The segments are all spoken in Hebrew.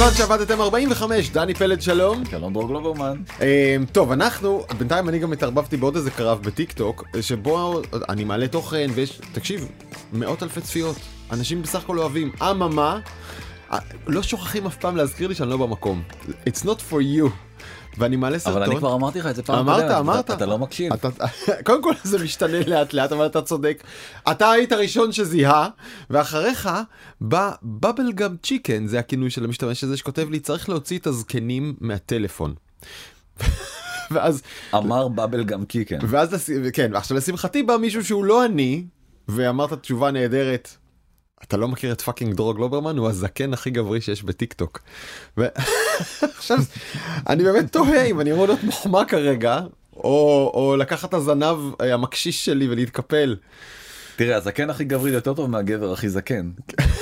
בזמן שעבדתם 45, דני פלד שלום. שלום דרור גלוברמן. טוב, אנחנו, בינתיים אני גם התערבבתי בעוד איזה קרב בטיק טוק, שבו אני מעלה תוכן ויש, תקשיב, מאות אלפי צפיות. אנשים בסך הכל אוהבים. אממה, לא שוכחים אף פעם להזכיר לי שאני לא במקום. It's not for you. ואני מעלה סרטון. אבל אני כבר אמרתי לך את זה פעם. אמרת. אתה לא מקשיב. קודם כל זה משתנה לאט לאט, אבל אתה צודק. אתה היית הראשון שזיהה, ואחריך בא בבל גאם צ'יקן, זה הכינוי של המשתמש הזה שכותב לי, צריך להוציא את הזקנים מהטלפון. ואז... אמר בבל גאם צ'יקן. ואז, כן, עכשיו לשמחתי בא מישהו שהוא לא אני, ואמרת תשובה נהדרת. אתה לא מכיר את פאקינג דרור גלוברמן? הוא הזקן הכי גברי שיש בטיק טוק. עכשיו, אני באמת תוהה אם אני אמור להיות מוחמא כרגע, או לקחת את הזנב המקשיש שלי ולהתקפל. תראה, הזקן הכי גברי יותר טוב מהגבר הכי זקן.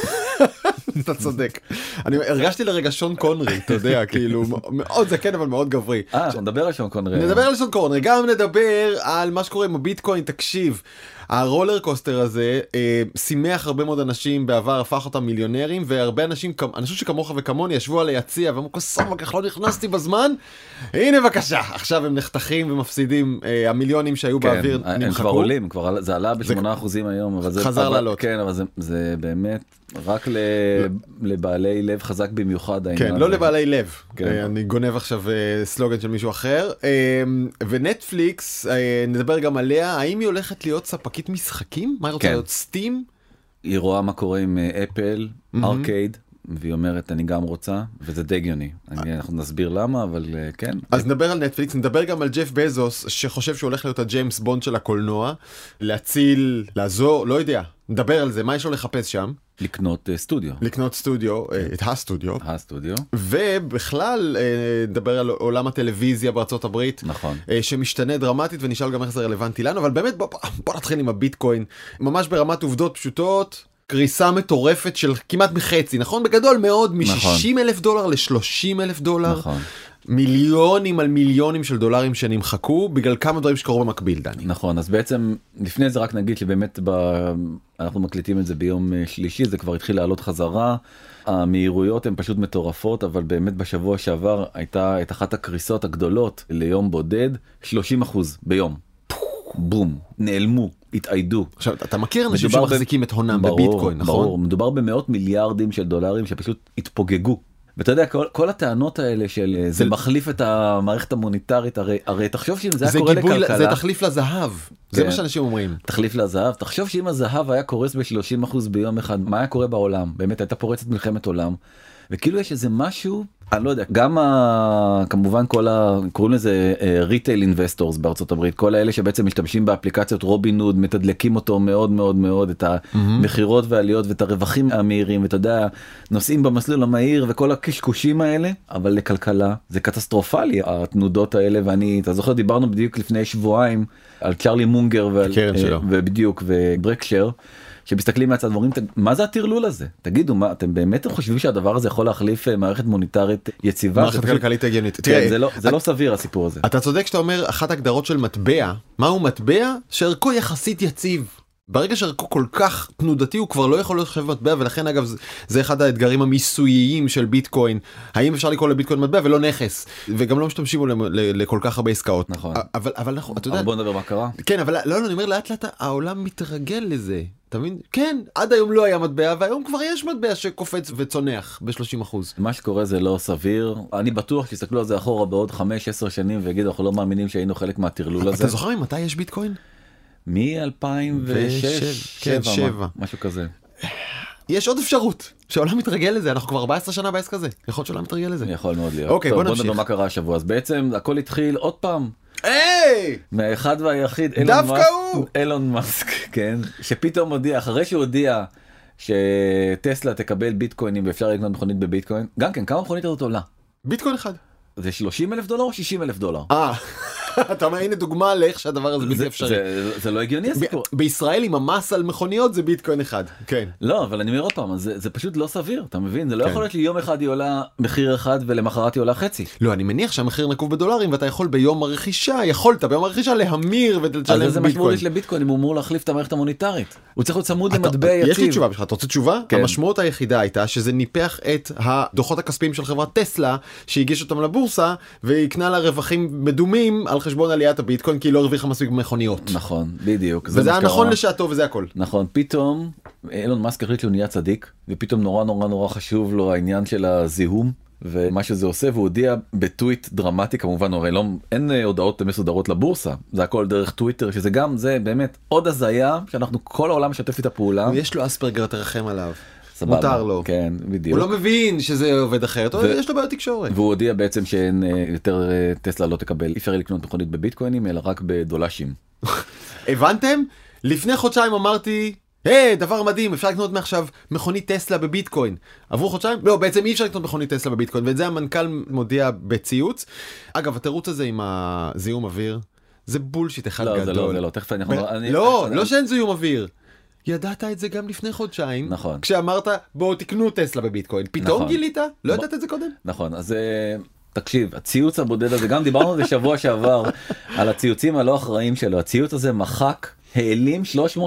אתה צודק. אני הרגשתי לרגע שון קונרי, אתה יודע, כאילו, מאוד זקן אבל מאוד גברי. אנחנו נדבר על שון קונרי. נדבר על שון קונרי, גם נדבר על מה שקורה עם הביטקוין. תקשיב, הרולר קוסטר הזה שימח הרבה מאוד אנשים בעבר, הפך אותם מיליונרים, והרבה אנשים שכמוך וכמוני ישבו על היציע ואמרו, כוסם, כך לא נכנסתי בזמן. הנה בבקשה, עכשיו הם נחתכים ומפסידים, המיליונים שהיו באוויר נמחקו. הם כבר עולים, זה עלה ב8% היום. חזר לעלות. כן, אבל זה באמת רק לבעלי לב חזק במיוחד. כן, לא לבעלי לב. אני גונב עכשיו סלוגן של מישהו אחר. ונטפליקס, נדבר גם עליה, האם היא הולכת להיות ספקית משחקים? מה היא רוצה להיות? סטים? היא רואה מה קורה עם אפל, ארקייד, והיא אומרת אני גם רוצה, וזה די הגיוני. אנחנו נסביר למה, אבל כן. אז נדבר על נטפליקס, נדבר גם על ג'ף בזוס, שחושב שהוא הולך להיות הג'יימס בונד של הקולנוע, להציל, לעזור, לא יודע. נדבר על זה, מה יש לו לחפש שם? לקנות סטודיו. לקנות סטודיו, את הסטודיו. ובכלל, נדבר על עולם הטלוויזיה בארצות הברית. נכון. שמשתנה דרמטית, ונשאל גם איך זה רלוונטי לנו, אבל באמת בוא נתחיל עם הביטקוין. ממש ברמת עובדות פשוטות, קריסה מטורפת של כמעט מחצי, נכון? בגדול מאוד, מ$60,000 ל$30,000. נכון. מיליונים על מיליונים של דולרים שנמחקו בגלל כמה דברים שקורו במקביל, דני. נכון, אז בעצם לפני זה רק נגיד שבאמת אנחנו מקליטים את זה ביום שלישי, זה כבר התחיל לעלות חזרה, המהירויות הן פשוט מטורפות, אבל באמת בשבוע שעבר הייתה את אחת הקריסות הגדולות ליום בודד, 30% ביום. בום, נעלמו, התאיידו. עכשיו, אתה מכיר אנשים שמחזיקים את הונם בביטקוין, נכון? ברור, מדובר במאות מיליארדים של דולרים שפשוט התפוגגו. ואתה יודע, כל הטענות האלה של זה מחליף את המערכת המוניטרית, הרי תחשוב שאם זה היה קורה לכלכלה... זה תחליף לזהב, זה מה שאנשים אומרים. תחליף לזהב, תחשוב שאם הזהב היה קורס ב-30% ביום אחד, מה היה קורה בעולם? באמת הייתה פורצת מלחמת עולם, וכאילו יש איזה משהו, אני לא יודע, גם כמובן קוראים לזה ריטייל אינבסטורס בארצות הברית, כל האלה שבעצם משתמשים באפליקציות רובינוד, מתדלקים אותו מאוד מאוד מאוד, את המחירות והעליות ואת הרווחים המהירים, ואתה יודע, נוסעים במסלול המהיר וכל הקשקושים האלה, אבל לכלכלה זה קטסטרופלי, התנודות האלה, אתה זוכר, דיברנו בדיוק לפני שבועיים על צ'רלי מונגר ובדיוק וברקשר, שמסתכלים מהצד ואומרים, מה זה הטרלול הזה? תגידו, אתם באמת חושבים שהדבר הזה יכול להחליף מערכת מוניטרית יציבה? מערכת כלכלית הגיונית. זה לא סביר הסיפור הזה. אתה צודק שאתה אומר, אחת הגדרות של מטבע, מהו מטבע? שערכו יחסית יציב. ברגע שערכו כל כך תנודתי, הוא כבר לא יכול להיות חשב מטבע, ולכן אגב זה אחד האתגרים המיסוייים של ביטקוין. האם אפשר לקרוא לביטקוין מטבע ולא נכס? וגם לא משתמשים לכל כך הרבה עסקאות. נכון. אבל אתה יודע... בוא נדבר מה קרה. כן, אבל לא, אני אומר, לאט לאט העולם מתרגל לזה. אתה מבין? כן, עד היום לא היה מטבע, והיום כבר יש מטבע שקופץ וצונח ב-30%. מה שקורה זה לא סביר. אני בטוח שיסתכלו על זה אחורה בעוד 5-10 שנים, ויגידו, אנחנו לא מאמינים שהיינו חלק מהטרלול הזה. אתה זוכר ממתי יש ביטקוין? מ-2006, 2007, משהו כזה. יש עוד אפשרות שהעולם מתרגל לזה, אנחנו כבר 14 שנה בעסק הזה. יכול להיות שהעולם מתרגל לזה. יכול מאוד להיות. אוקיי, בוא נמשיך. בוא נדבר מה קרה השבוע. אז בעצם הכל התחיל עוד פעם. מהאחד והיחיד, אילון מאסק, כן? שפתאום הודיע, אחרי שהוא הודיע שטסלה תקבל ביטקוינים ואפשר לקנות מכונית בביטקוין, גם כן, כמה מכונית הזאת עולה? ביטקוין אחד. זה $30,000 או $60,000? אתה אומר, הנה דוגמה לאיך שהדבר הזה בלתי אפשרי. זה לא הגיוני הסיפור. בישראל עם המס על מכוניות זה ביטקוין אחד. כן. לא, אבל אני אומר עוד פעם, זה פשוט לא סביר, אתה מבין? זה לא יכול להיות לי יום אחד היא עולה מחיר אחד ולמחרת היא עולה חצי. לא, אני מניח שהמחיר נקוב בדולרים ואתה יכול ביום הרכישה, יכולת ביום הרכישה להמיר ולשלם ביטקוין. אז זה משמעות יש לביטקוין אם הוא אמור להחליף את המערכת המוניטרית. הוא צריך להיות צמוד למטבע יציב. יש לי תשובה בשביל, אתה רוצה תשובה? המשמעות היחידה הייתה שזה ניפח את הדוחות הכספיים של חברת טסלה שהגיש אותם לבורסה ויקנה לה רווחים מדומים על חשבון עליית הביטקוין כי היא לא הרוויחה מספיק במכוניות. נכון, בדיוק. וזה היה נכון לשעתו וזה הכל. נכון, פתאום אילון מאסק החליט שהוא נהיה צדיק ופתאום נורא נורא נורא חשוב לו העניין של הזיהום ומה שזה עושה, והוא הודיע בטוויט דרמטי, כמובן הרי לא, אין הודעות מסודרות לבורסה, זה הכל דרך טוויטר, שזה גם, זה באמת עוד הזיה שאנחנו כל העולם משתף את הפעולה. יש לו אספרגר, תרחם עליו. סבבה, מותר לו. כן, בדיוק. הוא לא מבין שזה עובד אחרת, יש לו בעיות תקשורת. והוא הודיע בעצם שאין יותר טסלה לא תקבל, אי אפשר לקנות מכונית בביטקוינים, אלא רק בדולשים. הבנתם? לפני חודשיים אמרתי, דבר מדהים, אפשר לקנות מעכשיו מכונית טסלה בביטקוין. עברו חודשיים? לא, בעצם אי אפשר לקנות מכונית טסלה בביטקוין, ואת זה המנכ"ל מודיע בציוץ. אגב, התירוץ הזה עם הזיהום אוויר, זה בולשיט אחד גדול. זה לא, תכף אני יכול... לא שאין זיהום אוויר. ידעת את זה גם לפני חודשיים, נכון. כשאמרת בואו תקנו טסלה בביטקוין, פתאום גילית? לא ידעת את זה קודם? נכון, אז תקשיב, הציוץ הבודד הזה, גם דיברנו על זה שבוע שעבר, על הציוצים הלא אחראים שלו, הציוץ הזה מחק, העלים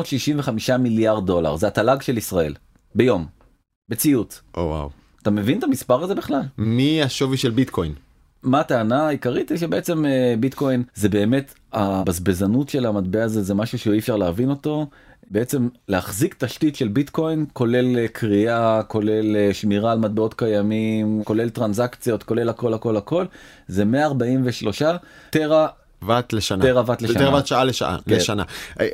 365 מיליארד דולר, זה התל"ג של ישראל, ביום, בציוץ. וואו. אתה מבין את המספר הזה בכלל? מי השווי של ביטקוין? מה הטענה העיקרית? היא שבעצם ביטקוין זה באמת, הבזבזנות של המטבע הזה זה משהו שאי אפשר להבין אותו, בעצם להחזיק תשתית של ביטקוין, כולל קריאה, כולל שמירה על מטבעות קיימים, כולל טרנזקציות, כולל הכל, זה 143 טרה וואט לשנה. טרה-וואט לשנה. טרה-וואט שעה לשנה.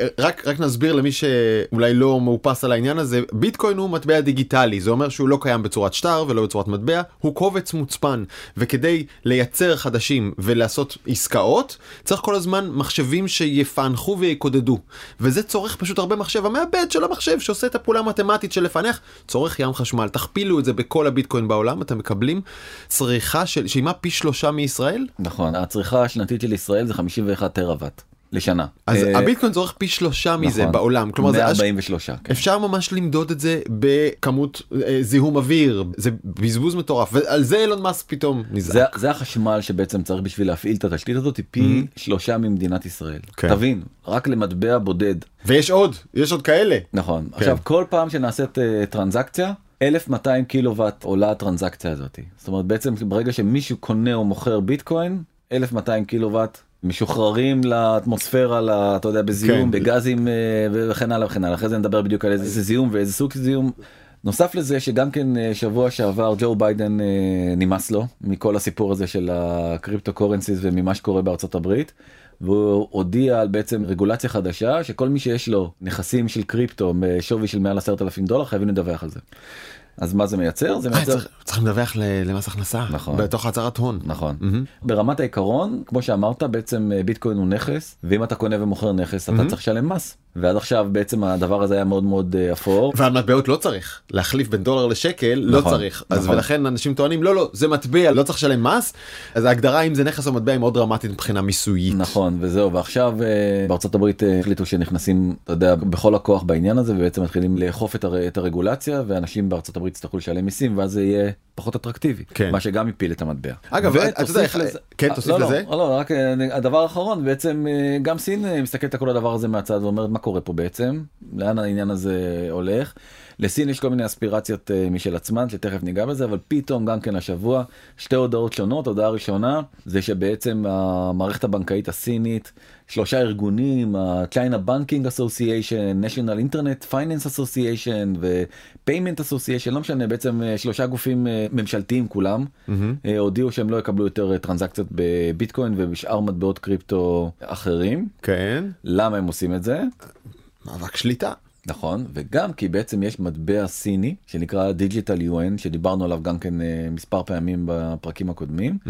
רק נסביר למי שאולי לא מאופס על העניין הזה, ביטקוין הוא מטבע דיגיטלי, זה אומר שהוא לא קיים בצורת שטר ולא בצורת מטבע, הוא קובץ מוצפן, וכדי לייצר חדשים ולעשות עסקאות, צריך כל הזמן מחשבים שיפענחו ויקודדו, וזה צורך פשוט הרבה מחשב, המעבד של המחשב שעושה את הפעולה המתמטית של לפענח, צורך ים חשמל, תכפילו את זה בכל הביטקוין בעולם, אתם מקבלים צריכה שהיא מה פי 3 מישראל? נכון, הצריכה השנתית של ישראל זה 51 טרה-וואט לשנה. אז הביטקוין צורך פי 3 מזה בעולם. כלומר, 143. אפשר ממש למדוד את זה בכמות זיהום אוויר. זה בזבוז מטורף. ועל זה אילון מאסק פתאום נזעק. זה החשמל שבעצם צריך בשביל להפעיל את התשתית הזאת, פי 3 ממדינת ישראל. תבין, רק למטבע בודד. ויש עוד כאלה. נכון. עכשיו, כל פעם שנעשית טרנזקציה, 1200 קילוואט עולה הטרנזקציה הזאת. זאת אומרת, בעצם ברגע שמישהו קונה או מוכר ביטקוין, 1200 קילוואט משוחררים לאטמוספירה, אתה יודע, בזיהום, בגזים וכן הלאה וכן הלאה. אחרי זה נדבר בדיוק על איזה זיהום ואיזה סוג זיהום. נוסף לזה שגם כן שבוע שעבר ג'ו ביידן נמאס לו מכל הסיפור הזה של הקריפטו קורנסיס וממה שקורה בארצות הברית. והוא הודיע על בעצם רגולציה חדשה שכל מי שיש לו נכסים של קריפטו בשווי של מעל $10,000 חייבים לדווח על זה. אז מה זה מייצר? זה מייצר... צריכים לדווח למס הכנסה. נכון. בתוך הצהרת הון. נכון. ברמת העיקרון, כמו שאמרת, בעצם ביטקוין הוא נכס, ואם אתה קונה ומוכר נכס, אתה צריך לשלם מס. ועד עכשיו בעצם הדבר הזה היה מאוד מאוד אפור. ועל מטבעות לא צריך. להחליף בין דולר לשקל לא צריך. אז ולכן אנשים טוענים, לא, זה מטבע, לא צריך לשלם מס. אז ההגדרה אם זה נכס או מטבע היא מאוד דרמטית מבחינה מיסויית. נכון, וזהו. ועכשיו בארצות הברית החליטו שנכנסים, אתה יודע, בכל הכוח בעניין הזה, ובעצם מתחילים לאכוף את הרגולציה, ואנשים בארצות הברית יצטרכו לשלם מיסים, ואז זה יהיה פחות אטרקטיבי, מה שגם יפיל את המטבע. אגב, אתה יודע, כן, תוסיף לזה? לא, רק הדבר האחרון, בעצם גם סין מסתכלת על כל הדבר הזה מהצד ואומרת מה קורה פה בעצם, לאן העניין הזה הולך. לסין יש כל מיני אספירציות משל עצמן, שתכף ניגע בזה, אבל פתאום גם כן השבוע, שתי הודעות שונות. הודעה ראשונה, זה שבעצם המערכת הבנקאית הסינית, 3 ארגונים, ה-China Banking Association, National Internet Finance Association ו-Payment Association, לא משנה, בעצם 3 גופים ממשלתיים כולם, הודיעו שהם לא יקבלו יותר טרנזקציות בביטקוין ובשאר מטבעות קריפטו אחרים. כן. למה הם עושים את זה? מאבק שליטה. נכון, וגם כי בעצם יש מטבע סיני שנקרא Digital Yuan, שדיברנו עליו גם כן מספר פעמים בפרקים הקודמים,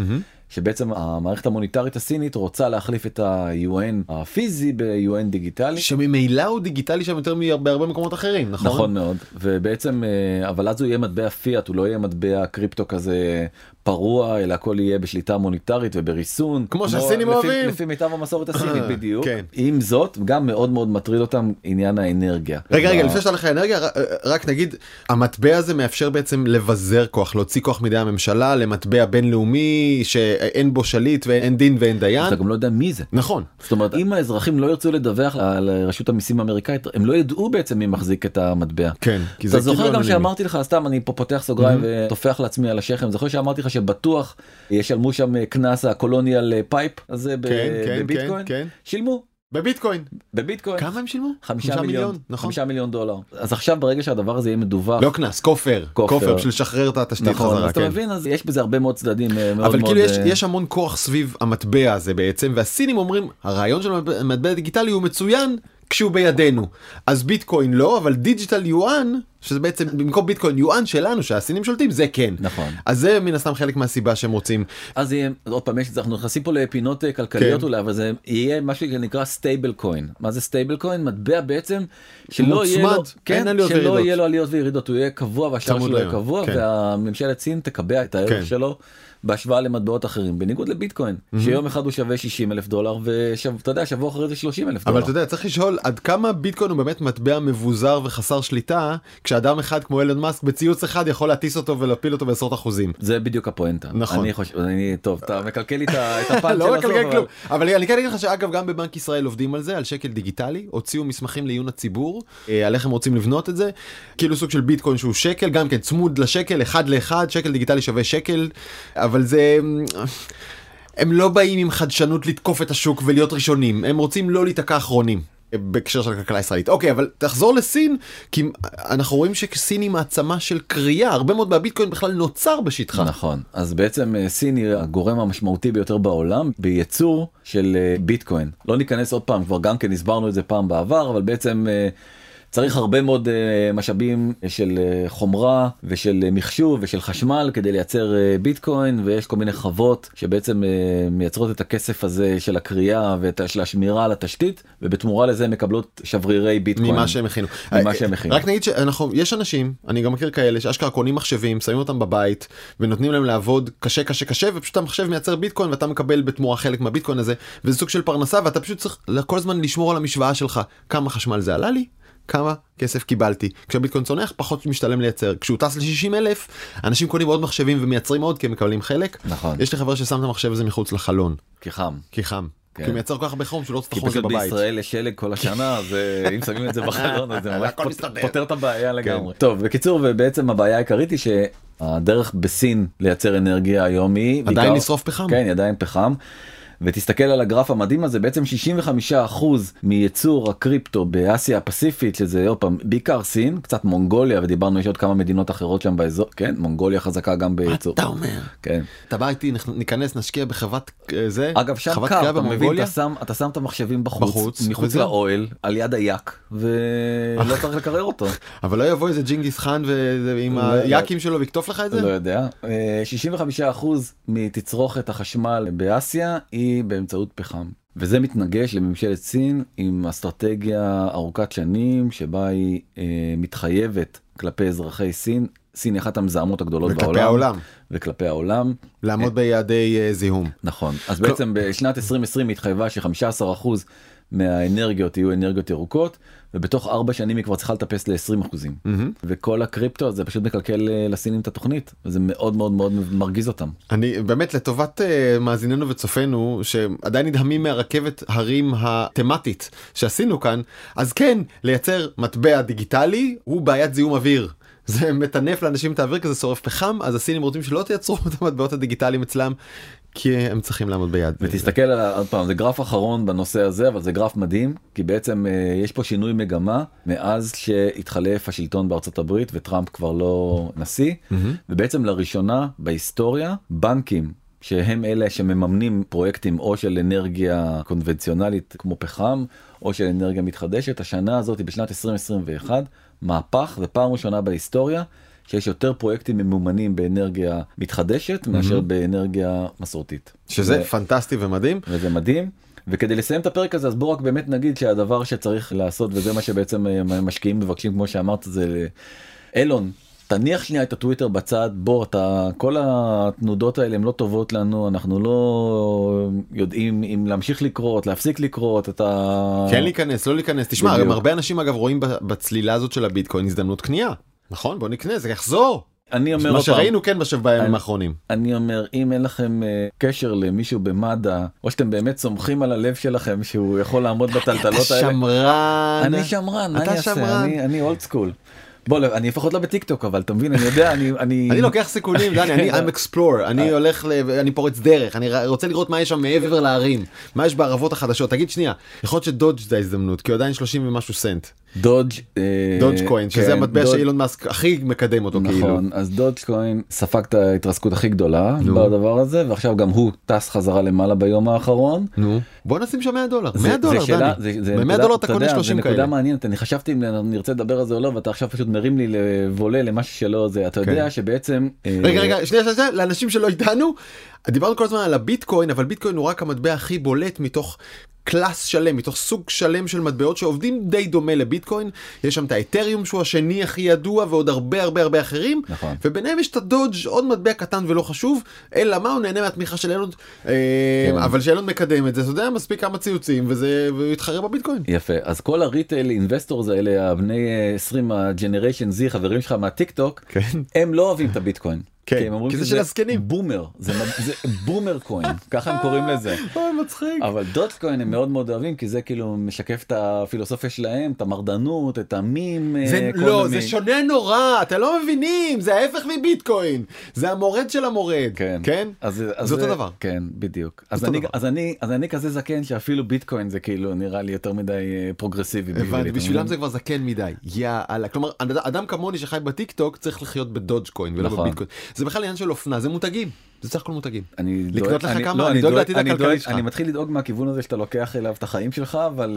שבעצם המערכת המוניטרית הסינית רוצה להחליף את ה-UN הפיזי ב-UN דיגיטלי. שממילא הוא דיגיטלי שם יותר בהרבה מקומות אחרים, נכון? נכון מאוד, ובעצם, אבל אז הוא יהיה מטבע פיאט, הוא לא יהיה מטבע קריפטו כזה פרוע, אלא הכל יהיה בשליטה מוניטרית ובריסון. כמו שהסינים אוהבים. לפי מיטב המסורת הסינית בדיוק. עם זאת, גם מאוד מאוד מטריד אותם עניין האנרגיה. רגע, לפני שאתה הולך לאנרגיה, רק נגיד, המטבע הזה מאפשר בעצם לבזר כוח, להוציא כוח מידי הממשלה למטבע בינלאומי שאין בו שליט ואין דין ואין דיין. אתה גם לא יודע מי זה. נכון. זאת אומרת, אם האזרחים לא ירצו לדווח על רשות המיסים האמריקאית, הם לא ידעו בעצם מי מחזיק את המטבע. כן. אתה זוכר גם שאמרתי לך, סתם אני פה פותח סוגריים ותופח לעצמי על השכם, זוכר שאמרתי לך שבטוח ישלמו שם כנס הקולוניאל פייפ הזה בביטקוין? שילמו. בביטקוין. בביטקוין. כמה הם שילמו? 5 מיליון. נכון. 5 מיליון דולר. אז עכשיו ברגע שהדבר הזה יהיה מדווח. לא כנס, כופר בשביל לשחרר את התשתית חזרה. נכון, אז אתה מבין, אז יש בזה הרבה מאוד צדדים מאוד מאוד. אבל כאילו יש המון כוח סביב המטבע הזה בעצם, והסינים אומרים, הרעיון של המטבע דיגיטלי הוא מצוין כשהוא בידינו. אז ביטקוין לא, אבל דיג'יטל יואן, שזה בעצם במקום ביטקוין יואן שלנו, שהסינים שולטים, זה כן. נכון. אז זה מן הסתם חלק מהסיבה שהם רוצים. אז יהיה, עוד פעם, אנחנו נכנסים פה לפינות כלכליות אולי, אבל זה יהיה משהו שנקרא סטייבל קוין. מה זה סטייבל קוין? מטבע בעצם שלא יהיה לו עליות וירידות, הוא יהיה קבוע והשטר שלו יהיה קבוע, והממשלת סין תקבע את הערך שלו בהשוואה למטבעות אחרים, בניגוד לביטקוין, שיום אחד הוא שווה $60,000, ואתה יודע, שבוע אחרי זה $30,000. אבל אתה יודע, צריך לשאול עד כמה ביטקוין הוא באמת מטבע מבוזר וחסר שליטה, כשאדם אחד כמו אילון מאסק בציוץ אחד יכול להטיס אותו ולהפיל אותו בעשרות אחוזים. זה בדיוק הפואנטה. נכון. טוב, אתה מקלקל לי את הפאנץ' של לא מקלקל כלום. אבל אני כן אגיד לך שאגב, גם בבנק ישראל עובדים על זה, על שקל דיגיטלי, הוציאו מסמכים לעיון הציבור, על איך הם רוצים לבנות את זה, כאילו סוג של ביטקוין שהוא שקל, גם כן צמוד לשקל, 1:1, שקל דיגיטלי שווה שקל, אבל זה, הם לא באים עם חדשנות לתקוף את השוק ולהיות ראשונים, הם רוצים לא להתקע אחרונים בהקשר של הכלכלה הישראלית. אוקיי, אבל תחזור לסין, כי אנחנו רואים שסין היא מעצמה של קריאה, הרבה מאוד מהביטקוין בכלל נוצר בשטחה. נכון, אז בעצם סין היא הגורם המשמעותי ביותר בעולם בייצור של ביטקוין. לא ניכנס עוד פעם, כבר גם כן הסברנו את זה פעם בעבר, אבל בעצם צריך הרבה מאוד משאבים של חומרה ושל מחשוב ושל חשמל כדי לייצר ביטקוין, ויש כל מיני חוות שבעצם מייצרות את הכסף הזה של הקריאה ושל השמירה על התשתית, ובתמורה לזה הם מקבלות שברירי ביטקוין. ממה שהם הכינו. רק נגיד שיש אנשים, אני גם מכיר כאלה, שאשכרה קונים מחשבים, שמים אותם בבית, ונותנים להם לעבוד קשה קשה קשה, ופשוט המחשב מייצר ביטקוין, ואתה מקבל בתמורה חלק מהביטקוין הזה, וזה סוג של פרנסה, ואתה פשוט צריך כל הזמן לשמור על המשוואה שלך. כמה חשמל זה עלה לי? כמה כסף קיבלתי. כשהביטקוין צונח, פחות משתלם לייצר. כשהוא טס ל-60,000, אנשים קונים עוד מחשבים ומייצרים עוד, כי הם מקבלים חלק. נכון. יש לי חבר ששם את המחשב הזה מחוץ לחלון. כי חם. כי מייצר כל כך הרבה חום שלא צריך לחום את זה בבית. כי פשוט בישראל יש שלג כל השנה, אז אם שמים את זה בחלון, אז זה ממש פותר את הבעיה לגמרי. טוב, בקיצור, ובעצם הבעיה העיקרית היא שהדרך בסין לייצר אנרגיה היום היא עדיין לשרוף פחם. כן, עדיין פחם. ותסתכל על הגרף המדהים הזה, בעצם 65% מייצור הקריפטו באסיה הפסיפית, שזה עוד פעם, בעיקר סין, קצת מונגוליה, ודיברנו, יש עוד כמה מדינות אחרות שם באזור, כן, מונגוליה חזקה גם בייצור. מה אתה אומר? כן. אתה בא איתי, ניכנס, נשקיע בחוות זה, אגב, שם קר, אתה מבין, אתה שם את המחשבים בחוץ, מחוץ לאוהל, על יד היק, ולא צריך לקרר אותו. אבל לא יבוא איזה ג'ינגיס חאן עם היקים שלו ויקטוף לך את זה? לא יודע. 65% מתצרוכת החשמל באסיה היא באמצעות פחם. וזה מתנגש לממשלת סין עם אסטרטגיה ארוכת שנים, שבה היא מתחייבת כלפי אזרחי סין. סין היא אחת המזהמות הגדולות בעולם. וכלפי העולם. לעמוד ביעדי זיהום. נכון. אז בעצם בשנת 2020 היא התחייבה ש15% מהאנרגיות יהיו אנרגיות ירוקות, ובתוך 4 שנים היא כבר צריכה לטפס ל-20%. וכל הקריפטו זה פשוט מקלקל לסינים את התוכנית, וזה מאוד מאוד מאוד מרגיז אותם. אני באמת לטובת מאזיננו וצופינו, שעדיין נדהמים מהרכבת הרים התמטית שעשינו כאן, אז כן, לייצר מטבע דיגיטלי הוא בעיית זיהום אוויר. זה מטנף לאנשים את האוויר, כזה שורף פחם, אז הסינים רוצים שלא תייצרו את המטבעות הדיגיטליים אצלם, כי הם צריכים לעמוד ביד. ותסתכל על, עוד פעם, זה גרף אחרון בנושא הזה, אבל זה גרף מדהים, כי בעצם יש פה שינוי מגמה, מאז שהתחלף השלטון בארצות הברית, וטראמפ כבר לא נשיא, ובעצם לראשונה בהיסטוריה, בנקים, שהם אלה שמממנים פרויקטים או של אנרגיה קונבנציונלית כמו פחם, או של אנרגיה מתחדשת, השנה הזאת בשנת 2021, מהפך, זה פעם ראשונה בהיסטוריה, שיש יותר פרויקטים ממומנים באנרגיה מתחדשת מאשר באנרגיה מסורתית. שזה פנטסטי ומדהים. וזה מדהים. וכדי לסיים את הפרק הזה, אז בואו רק באמת נגיד שהדבר שצריך לעשות, וזה מה שבעצם משקיעים מבקשים, כמו שאמרת, זה אילון, תניח שנייה את הטוויטר בצד, בוא, כל התנודות האלה הן לא טובות לנו, אנחנו לא יודעים אם להמשיך לקרות, להפסיק לקרות, כן להיכנס, לא להיכנס. תשמע, גם הרבה אנשים אגב רואים בצלילה הזאת של הביטקוין הזדמנות קנייה. נכון, בוא נקנה, זה יחזור. אני אומר מה שראינו כן בימים האחרונים. אני אומר, אם אין לכם קשר למישהו במד"א, או שאתם באמת סומכים על הלב שלכם שהוא יכול לעמוד בטלטלות האלה. אתה שמרן. אני שמרן, מה אני אעשה? אני אולד סקול. בוא, אני לפחות לא בטיקטוק, אבל אתה מבין, אני יודע, אני לוקח סיכונים, דני, אני I'm explore, אני הולך, אני פורץ דרך, אני רוצה לראות מה יש שם מעבר להרים, מה יש בערבות החדשות. תגיד שנייה, יכול להיות שדודג' זה ההזדמנות, כי הוא עדיין 30 ומשהו סנט. דודג' קוין, שזה המטבע שאילון מאסק הכי מקדם אותו כאילו. נכון, אז דודג' קוין ספג את ההתרסקות הכי גדולה בדבר הזה, ועכשיו גם הוא טס חזרה למעלה ביום האחרון. נו, בוא נשים שם $100, $100 דני. ב$100 אתה קונה 30 כאלה. זה נקודה מעניינת, אני חשבתי אם נרצה לדבר על זה או לא, ואתה עכשיו פשוט מרים לי לבולה למשהו שלא זה, אתה יודע שבעצם... רגע, שנייה, לאנשים שלא איתנו, דיברנו כל הזמן על הביטקוין, אבל ביטקוין הוא רק המטבע הכי בולט מתוך קלאס שלם, מתוך סוג שלם של מטבעות שעובדים די דומה לביטקוין. יש שם את האתריום שהוא השני הכי ידוע ועוד הרבה אחרים. נכון. וביניהם יש את הדודג' עוד מטבע קטן ולא חשוב, אלא מה הוא נהנה מהתמיכה של אילון, אבל שאילון מקדם את זה, אתה יודע, מספיק כמה ציוצים והוא יתחרה בביטקוין. יפה, אז כל הריטייל אינבסטורס האלה, הבני 20 הג'נריישן Z, חברים שלך מהטיק טוק, הם לא אוהבים את הביטקוין. כן, כי זה של הזקנים. בומר, זה בומר קוין, ככה הם קוראים לזה. מצחיק. אבל דודג'קוין הם מאוד מאוד אוהבים, כי זה כאילו משקף את הפילוסופיה שלהם, את המרדנות, את המים. לא, זה שונה נורא, אתם לא מבינים, זה ההפך מביטקוין. זה המורד של המורד. כן? זה אותו דבר. כן, בדיוק. אז אני כזה זקן שאפילו ביטקוין זה כאילו נראה לי יותר מדי פרוגרסיבי. הבנתי, בשבילם זה כבר זקן מדי. יאללה, כלומר, אדם כמוני שחי בטיק טוק צריך לחיות בדודג'קוין ולא בביטקוין. זה בכלל עניין של אופנה, זה מותגים. זה צריך כל מותגים. לקנות לך כמה, אני דואג לעתיד הכלכלי שלך. אני מתחיל לדאוג מהכיוון הזה שאתה לוקח אליו את החיים שלך, אבל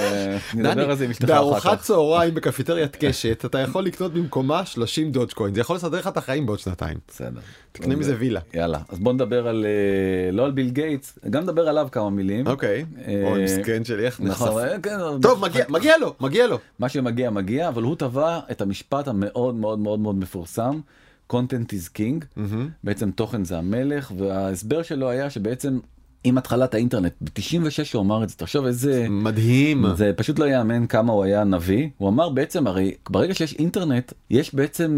נדבר על זה עם אשתך אחר כך. בארוחת צהריים בקפיטריית קשת, אתה יכול לקנות במקומה 30 דודג'קוין. זה יכול לסדר לך את החיים בעוד שנתיים. בסדר. תקנה מזה וילה. יאללה, אז בוא נדבר על, לא על ביל גייטס, גם נדבר עליו כמה מילים. אוקיי. אוי, מסכן שלי, איך נחשף. טוב, מגיע לו. מה שמגיע, אבל הוא טבע את המשפט המאוד מאוד מאוד מאוד מפורסם. content is king, בעצם תוכן זה המלך, וההסבר שלו היה שבעצם עם התחלת האינטרנט, ב-96 הוא אמר את זה, תחשוב איזה... מדהים. זה פשוט לא יאמן כמה הוא היה נביא. הוא אמר בעצם, הרי ברגע שיש אינטרנט, יש בעצם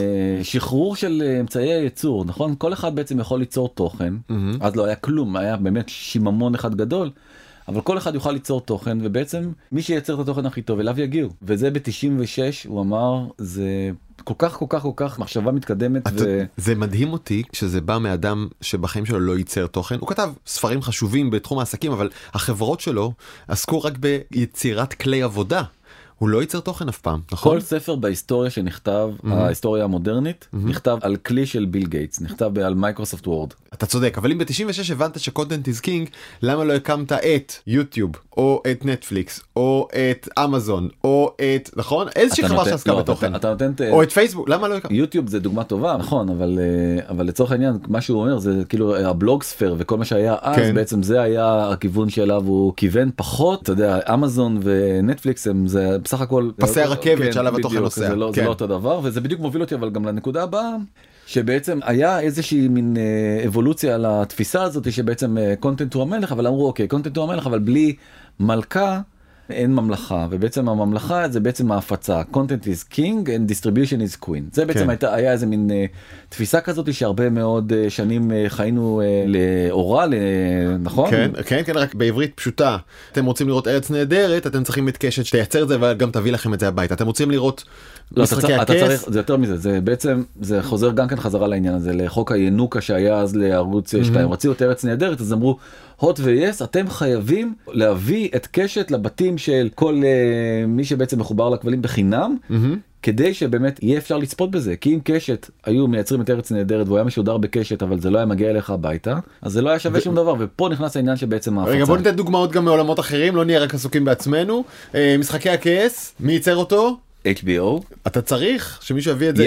שחרור של אמצעי הייצור, נכון? כל אחד בעצם יכול ליצור תוכן, אז לא היה כלום, היה באמת שיממון אחד גדול, אבל כל אחד יוכל ליצור תוכן, ובעצם מי שייצר את התוכן הכי טוב, אליו יגיעו. וזה ב-96, הוא אמר, זה כל כך מחשבה מתקדמת. זה מדהים אותי כשזה בא מאדם שבחיים שלו לא ייצר תוכן. הוא כתב ספרים חשובים בתחום העסקים, אבל החברות שלו עסקו רק ביצירת כלי עבודה. הוא לא ייצר תוכן אף פעם, נכון? כל ספר בהיסטוריה שנכתב, ההיסטוריה המודרנית, נכתב על כלי של ביל גייטס, נכתב על מייקרוסופט וורד. אתה צודק, אבל אם ב-96 הבנת שקונטנט איז קינג, למה לא הקמת את יוטיוב, או את נטפליקס, או את אמזון, או את, נכון? איזושהי חברה שעסקה בתוכן. או את פייסבוק, למה לא הקמת? יוטיוב זה דוגמה טובה, נכון, אבל לצורך העניין, מה שהוא אומר, זה כאילו הבלוגספר וכל מה שהיה אז, בעצם זה היה הכיוון שאליו הוא כיוון פחות, אתה יודע, אמזון ונטפליקס הם זה בסך הכל פסי הרכבת שעליו התוכן נוסע. זה לא אותו דבר, וזה בדיוק מוביל אותי אבל גם לנקודה הבאה, שבעצם היה איזושהי מין אבולוציה על התפיסה הזאת שבעצם קונטנט הוא המלך, אבל אמרו אוקיי, קונטנט הוא המלך, אבל בלי מלכה אין ממלכה, ובעצם הממלכה זה בעצם ההפצה, content is king and distribution is queen. זה בעצם היה איזה מין תפיסה כזאת שהרבה מאוד שנים חיינו לאורה, נכון? כן, רק בעברית פשוטה. אתם רוצים לראות ארץ נהדרת, אתם צריכים את קשת שתייצר את זה, וגם תביא לכם את זה הביתה. אתם רוצים לראות משחקי הכס. זה יותר מזה, זה בעצם, זה חוזר גם כן חזרה לעניין הזה, לחוק הינוקה שהיה אז לערוץ 2. רצינו את ארץ נהדרת, אז אמרו, הוט ויס, אתם חייבים להביא את קשת לבתים של כל מי שבעצם מחובר לכבלים בחינם, כדי שבאמת יהיה אפשר לצפות בזה. כי אם קשת היו מייצרים את ארץ נהדרת, והוא היה משודר בקשת, אבל זה לא היה מגיע אליך הביתה, אז זה לא היה שווה שום דבר, ופה נכנס העניין שבעצם ההפצה. רגע, בוא ניתן דוגמאות גם מעולמות אחרים, לא נהיה רק עסוקים בעצמנו. משחקי הכס, מי ייצר אותו? HBO. אתה צריך שמישהו יביא את זה? Yes.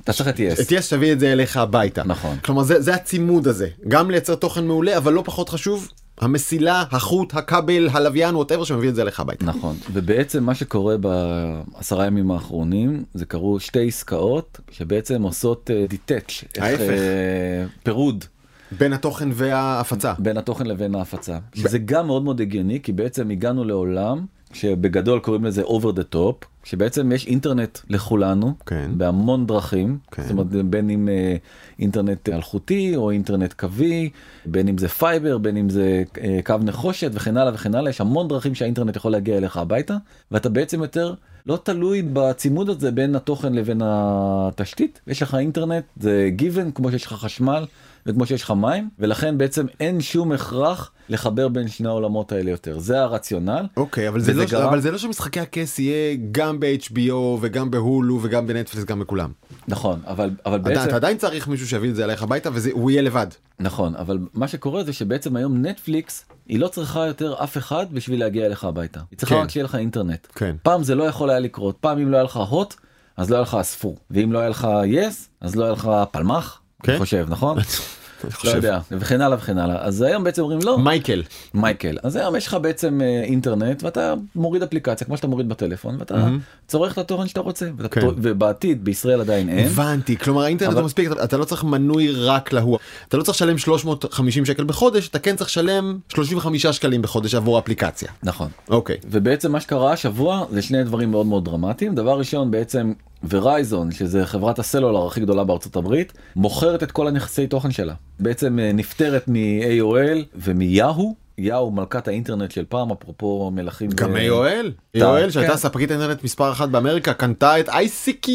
אתה צריך את את יס תביא את זה אליך הביתה. נכון. כלומר זה הצימוד הזה, גם לייצר תוכן מעולה, אבל לא פחות חשוב, המסילה, החוט, הכבל, הלוויין, whatever שמביא את זה אליך הביתה. נכון, ובעצם מה שקורה ב10 ימים האחרונים, זה קרו 2 עסקאות שבעצם עושות detach, ההפך. פירוד. בין התוכן וההפצה. בין התוכן לבין ההפצה. שזה גם מאוד מאוד הגיוני, כי בעצם הגענו לעולם, שבגדול קוראים לזה over the top, שבעצם יש אינטרנט לכולנו, כן. בהמון דרכים, כן. זאת אומרת בין אם אינטרנט אלחוטי או אינטרנט קווי, בין אם זה פייבר, בין אם זה קו נחושת וכן הלאה וכן הלאה, יש המון דרכים שהאינטרנט יכול להגיע אליך הביתה, ואתה בעצם יותר לא תלוי בצימוד הזה בין התוכן לבין התשתית, יש לך אינטרנט, זה given כמו שיש לך חשמל, וכמו שיש לך מים, ולכן בעצם אין שום הכרח לחבר בין שני העולמות האלה יותר. זה הרציונל. אוקיי, אבל זה לא שמשחקי הכס יהיה גם ב-HBO וגם בהולו וגם בנטפליקס, גם בכולם. נכון, אבל בעצם... אתה עדיין צריך מישהו שיביא את זה אליך הביתה, והוא יהיה לבד. נכון, אבל מה שקורה זה שבעצם היום נטפליקס, היא לא צריכה יותר אף אחד בשביל להגיע אליך הביתה. היא צריכה רק שיהיה לך אינטרנט. כן. פעם זה לא יכול היה לקרות. פעם אם לא היה לך הוט, אז לא היה לך אספור. ואם לא היה לך יס, אז לא היה לך פלמח. אני חושב, נכון? לא יודע, וכן הלאה וכן הלאה. אז היום בעצם אומרים לא. מייקל. אז היום יש לך בעצם אינטרנט, ואתה מוריד אפליקציה, כמו שאתה מוריד בטלפון, ואתה צורך את התוכן שאתה רוצה. ובעתיד, בישראל עדיין אין. הבנתי, כלומר האינטרנט הוא מספיק, אתה לא צריך מנוי רק להוא. אתה לא צריך לשלם 350 שקל בחודש, אתה כן צריך לשלם 35 שקלים בחודש עבור האפליקציה. נכון. אוקיי. ובעצם מה שקרה השבוע, זה שני דברים מאוד מאוד דרמטיים. דבר ראשון, בעצם ורייזון, שזה חברת הסלולר הכי גדולה בארצות הברית, מוכרת את כל הנכסי תוכן שלה. בעצם נפטרת מ-AOL ומיהו. יאו מלכת האינטרנט של פעם, אפרופו מלכים. גם AOL שהייתה ספקית האינטרנט מספר 1 באמריקה, קנתה את ICQ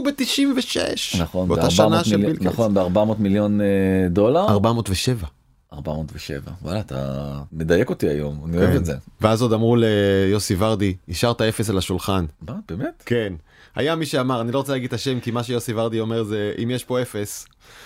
ב-96. נכון, באותה שנה של ביל גייטס. נכון, ב$400 מיליון. 407. 407. וואלה, אתה מדייק אותי היום, אני אוהב את זה. ואז עוד אמרו ליוסי ורדי, השארת 0 על השולחן. מה, באמת? כן. היה מי שאמר, אני לא רוצה להגיד את השם, כי מה שיוסי ורדי אומר זה, אם יש פה 0.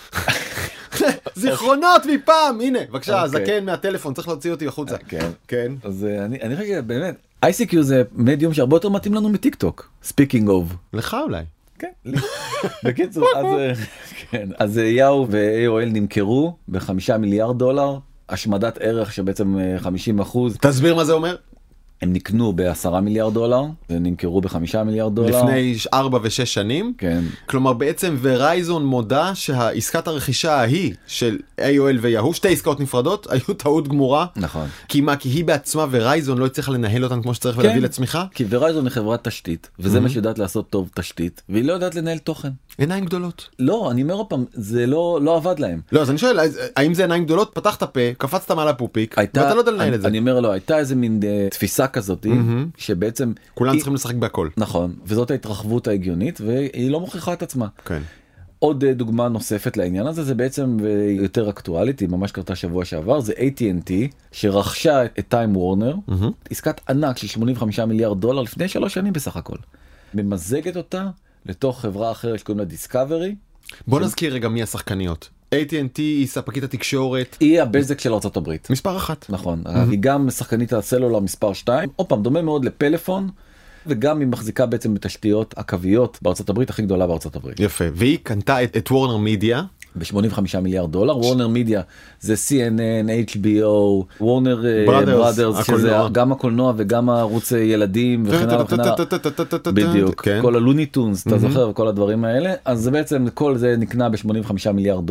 זיכרונות מפעם, הנה, בבקשה, הזקן מהטלפון, צריך להוציא אותי החוצה. כן. אז אני חושב באמת, ICQ זה מדיום שהרבה יותר מתאים לנו מטיק טוק. Speaking of. לך אולי. כן, לי. בקיצור, אז יאו ו-AOL נמכרו ב$5 מיליארד, השמדת ערך שבעצם 50%. תסביר מה זה אומר. הם נקנו ב$10 מיליארד, ונמכרו ב$5 מיליארד. לפני 4 ו6 שנים. כן. כלומר בעצם ורייזון מודה שהעסקת הרכישה ההיא של AOL ויהו, שתי עסקאות נפרדות, היו טעות גמורה. נכון. כי היא בעצמה ורייזון לא הצליחה לנהל אותן כמו שצריך ולהביא לצמיחה? כי ורייזון היא חברת תשתית, וזה מה שיודעת לעשות טוב תשתית, והיא לא יודעת לנהל תוכן. עיניים גדולות. לא, אני אומר עוד פעם, זה לא עבד להם. לא, אז אני שואל, האם זה עיניים גדולות? פתחת פה, קפצת מעל הפופיק, ואתה לא יודע לנהל את זה. אני אומר לא, הייתה איזה מין תפיסה כזאת, שבעצם... כולם צריכים לשחק בהכל. נכון, וזאת ההתרחבות ההגיונית, והיא לא מוכיחה את עצמה. כן. עוד דוגמה נוספת לעניין הזה, זה בעצם יותר אקטואלית, היא ממש קרתה שבוע שעבר, זה AT&T, שרכשה את טיים וורנר, עסקת ענק של $85 מיליארד לפני 3 שנים בסך הכל. ממזגת אותה לתוך חברה אחרת שקוראים לה דיסקאברי. בוא נזכיר רגע מי השחקניות. AT&T היא ספקית התקשורת. היא הבזק של ארצות הברית. מספר 1. נכון. היא גם שחקנית הסלולר מספר 2. עוד פעם, דומה מאוד לפלאפון, וגם היא מחזיקה בעצם בתשתיות הקוויות בארצות הברית, הכי גדולה בארצות הברית. יפה. והיא קנתה את וורנר מידיה. ב$85 מיליארד. וורנר מידיה זה CNN, HBO, וורנר בראדרס, שזה גם הקולנוע וגם הערוץ ילדים וכן הלאה וכן הלאה. בדיוק. כל הלוניטונס, אתה זוכר, וכל הדברים האלה. אז זה בעצם, כל זה נקנה ב$85 מיליארד.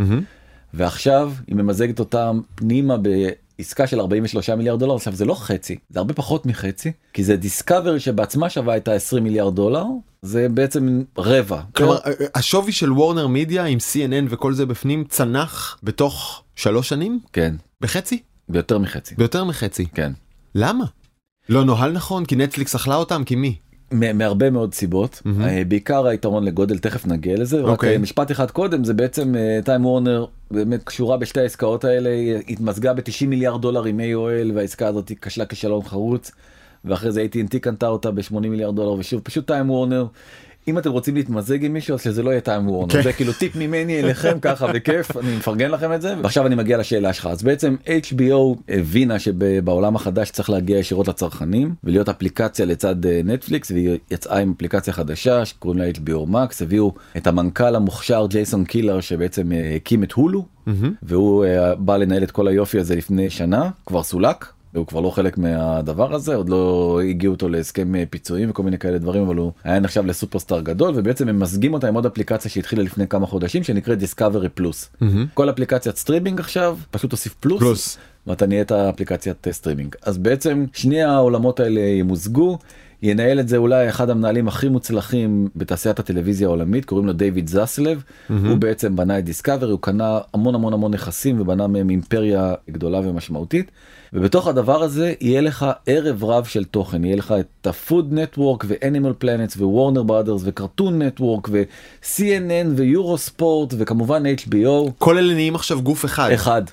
ועכשיו היא ממזגת אותם פנימה בעסקה של $43 מיליארד. עכשיו זה לא חצי, זה הרבה פחות מחצי, כי זה דיסקאברי שבעצמה שווה את $20 מיליארד. זה בעצם רבע. כלומר, השווי של וורנר מידיה עם CNN וכל זה בפנים צנח בתוך 3 שנים? כן. בחצי? ביותר מחצי. ביותר מחצי? כן. למה? לא נוהל נכון? כי נטפליקס אכלה אותם? כי מי? מהרבה מאוד סיבות. בעיקר היתרון לגודל, תכף נגיע לזה. רק משפט אחד קודם, זה בעצם טיים וורנר באמת קשורה בשתי העסקאות האלה, התמזגה ב$90 מיליארד עם AOL, והעסקה הזאת כשלה כישלון חרוץ. ואחרי זה AT&T קנתה אותה ב$80 מיליארד, ושוב, פשוט טיים וורנר אם אתם רוצים להתמזג עם מישהו אז שזה לא יהיה טיים וורנר, זה כאילו טיפ ממני אליכם ככה בכיף, אני מפרגן לכם את זה. ועכשיו אני מגיע לשאלה שלך. אז בעצם HBO הבינה שבעולם החדש צריך להגיע ישירות לצרכנים ולהיות אפליקציה לצד נטפליקס, והיא יצאה עם אפליקציה חדשה שקוראים לה HBO Max. הביאו את המנכ"ל המוכשר ג'ייסון קילר שבעצם הקים את הולו, והוא בא לנהל את כל היופי הזה לפני שנה, כבר סולק. הוא כבר לא חלק מהדבר הזה, עוד לא הגיעו אותו להסכם פיצויים וכל מיני כאלה דברים, אבל הוא היה נחשב לסופרסטאר גדול, ובעצם הם מסגים אותה עם עוד אפליקציה שהתחילה לפני כמה חודשים, שנקראת דיסקאברי פלוס. כל אפליקציית סטרימינג עכשיו, פשוט תוסיף פלוס, ואתה נהיית אפליקציית סטרימינג. אז בעצם שני העולמות האלה ימוזגו, ינהל את זה אולי אחד המנהלים הכי מוצלחים בתעשיית הטלוויזיה העולמית, קוראים לו דיוויד זסלב. הוא בעצם בנה את דיסקאברי, הוא קנה המון המון המון נכסים ובנה מהם אימפריה גדולה ומשמעותית, ובתוך הדבר הזה יהיה לך ערב רב של תוכן. יהיה לך את ה-Food Network ו-Animal Planets ו-Warner Brothers ו-Cartoon Network ו-CNN ו-Eurosport וכמובן HBO. כל אלה נהיים עכשיו גוף אחד.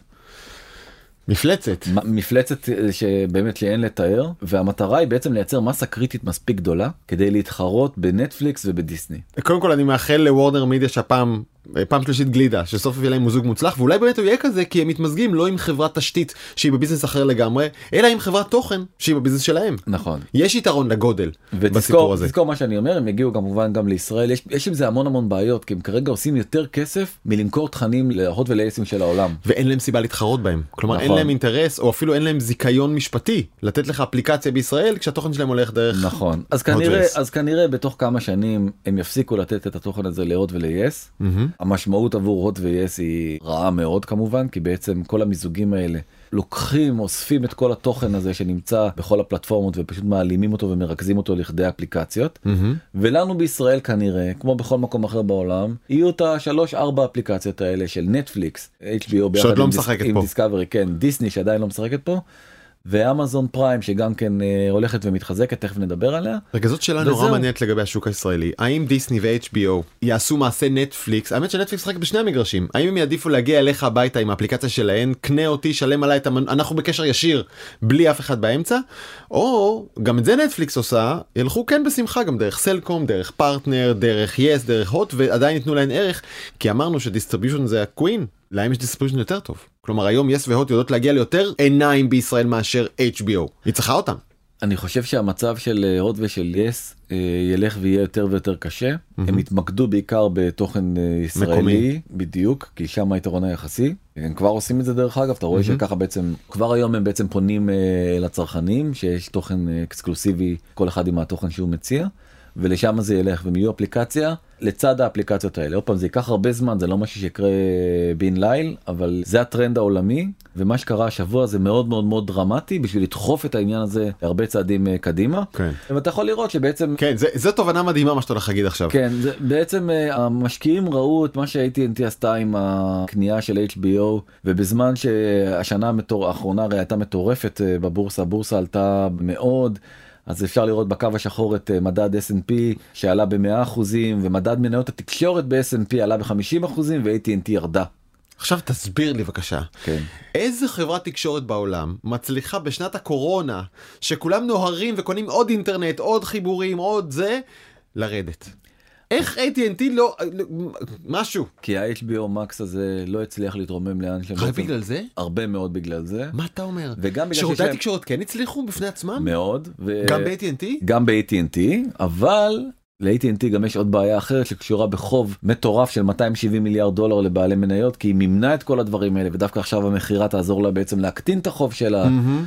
מפלצת שבאמת שאין לתאר, והמטרה היא בעצם לייצר מסה קריטית מספיק גדולה כדי להתחרות בנטפליקס ובדיסני. קודם כל אני מאחל לוורנר מידיה שהפעם פעם שלישית גלידה, שסוף יהיה להם מוזוג מוצלח, ואולי באמת הוא יהיה כזה כי הם מתמזגים לא עם חברת תשתית שהיא בביזנס אחר לגמרי, אלא עם חברת תוכן שהיא בביזנס שלהם. נכון. יש יתרון לגודל בסיפור הזה. ותזכור מה שאני אומר, הם יגיעו כמובן גם לישראל, יש עם זה המון המון בעיות, כי הם כרגע עושים יותר כסף מלמכור תכנים להוט ולאסים של העולם. ואין להם סיבה להתחרות בהם. כלומר, אין להם אינטרס, או אפילו אין להם זיכיון משפטי לתת לך אפליקציה בישראל כשהתוכן שלהם הולך דרך. נכון. אז כנראה בתוך כמה שנים הם יפסיקו לתת את התוכן הזה להוט וליס. המשמעות עבור הוט ויס היא רעה מאוד כמובן, כי בעצם כל המיזוגים האלה לוקחים, אוספים את כל התוכן הזה שנמצא בכל הפלטפורמות ופשוט מעלימים אותו ומרכזים אותו לכדי אפליקציות. ולנו בישראל כנראה, כמו בכל מקום אחר בעולם, יהיו את ה3-4 אפליקציות האלה של נטפליקס, HBO ביחד עם דיסקאברי, כן, דיסני שעדיין לא משחקת פה, ואמזון פריים שגם כן הולכת ומתחזקת, תכף נדבר עליה. רגע, זאת שאלה נורא מעניינת לגבי השוק הישראלי. האם דיסני ו-HBO יעשו מעשה נטפליקס? האמת שנטפליקס רק בשני המגרשים. האם הם יעדיפו להגיע אליך הביתה עם האפליקציה שלהן, קנה אותי, שלם עליי, אנחנו בקשר ישיר, בלי אף אחד באמצע? או, גם את זה נטפליקס עושה, ילכו כן בשמחה גם דרך סלקום, דרך פרטנר, דרך יס, דרך הוט, ועדיין ייתנו להן ערך, כי אמרנו שדיסטריביושן זה הקווין. להם יש דיסטריביושן יותר טוב. כלומר, היום יס והוט יודעות להגיע ליותר עיניים בישראל מאשר HBO. היא צריכה אותם. אני חושב שהמצב של הוט ושל יס ילך ויהיה יותר ויותר קשה. הם יתמקדו בעיקר בתוכן ישראלי. מקומי. בדיוק, כי שם היתרון היחסי. הם כבר עושים את זה דרך אגב, אתה רואה שככה בעצם, כבר היום הם בעצם פונים לצרכנים, שיש תוכן אקסקלוסיבי, כל אחד עם התוכן שהוא מציע. ולשם זה ילך, והם יהיו אפליקציה לצד האפליקציות האלה. עוד פעם, זה ייקח הרבה זמן, זה לא משהו שיקרה בן ליל, אבל זה הטרנד העולמי, ומה שקרה השבוע זה מאוד מאוד מאוד דרמטי, בשביל לדחוף את העניין הזה הרבה צעדים קדימה. כן. ואתה יכול לראות שבעצם... כן, זו תובנה מדהימה מה שאתה הולך להגיד עכשיו. כן, בעצם המשקיעים ראו את מה ש-AT&T עשתה עם הקנייה של HBO, ובזמן שהשנה האחרונה הייתה מטורפת בבורסה, הבורסה עלתה מאוד, אז אפשר לראות בקו השחור את מדד S&P שעלה ב100%, ומדד מניות התקשורת ב-S&P עלה ב50%, ו-AT&T ירדה. עכשיו תסביר לי בבקשה, כן. איזה חברת תקשורת בעולם מצליחה בשנת הקורונה, שכולם נוהרים וקונים עוד אינטרנט, עוד חיבורים, עוד זה, לרדת? איך AT&T לא... משהו. כי ה-HBO Max הזה לא הצליח להתרומם לאן שם. רק בגלל זה? הרבה מאוד בגלל זה. מה אתה אומר? וגם בגלל שירותי התקשורת כן הצליחו בפני עצמם? מאוד. גם ב-AT&T? גם ב-AT&T, אבל ל-AT&T גם יש עוד בעיה אחרת שקשורה בחוב מטורף של $270 מיליארד לבעלי מניות, כי היא מימנה את כל הדברים האלה, ודווקא עכשיו המחירה תעזור לה בעצם להקטין את החוב שלה.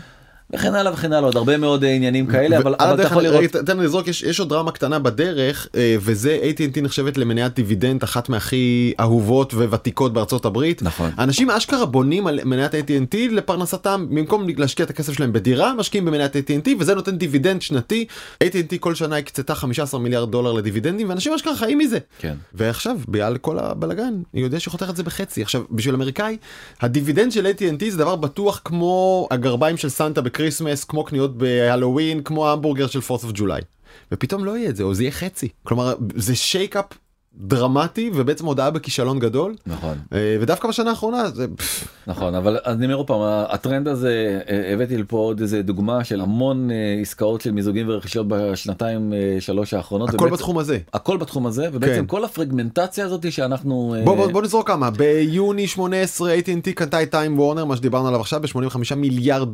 וכן הלאה וכן הלאה, עוד הרבה מאוד עניינים כאלה, אבל אתה יכול לראות... תן לי לזרוק, יש עוד דרמה קטנה בדרך, וזה AT&T נחשבת למניית דיבידנד, אחת מהכי אהובות וותיקות בארצות הברית. נכון. אנשים אשכרה בונים על מניית AT&T לפרנסתם, במקום להשקיע את הכסף שלהם בדירה, משקיעים במניית AT&T, וזה נותן דיבידנד שנתי. AT&T כל שנה הקצתה $15 מיליארד לדיבידנדים, ואנשים אשכרה חיים מזה. כן. ועכשיו, בגלל כל הבלגן, היא יודע שחותך את זה בחצי. עכשיו, בשביל אמריקאי, הדיבידנד של AT&T זה דבר בטוח כמו הגרביים של סנטה בקריסמס, כמו קניות בהלווין, כמו ההמבורגר של 4th of July. ופתאום לא יהיה את זה, או זה יהיה חצי. כלומר, זה שייקאפ דרמטי ובעצם הודעה בכישלון גדול. נכון. ודווקא בשנה האחרונה זה... נכון, אבל אני אומר עוד פעם, הטרנד הזה, הבאתי לפה עוד איזה דוגמה של המון עסקאות של מיזוגים ורכישות בשנתיים שלוש האחרונות. הכל בתחום הזה. הכל בתחום הזה, ובעצם כל הפרגמנטציה הזאת שאנחנו... בוא נזרוק כמה. ביוני 18 AT&T קנתה את טיים וורנר, מה שדיברנו עליו עכשיו, ב$85 מיליארד.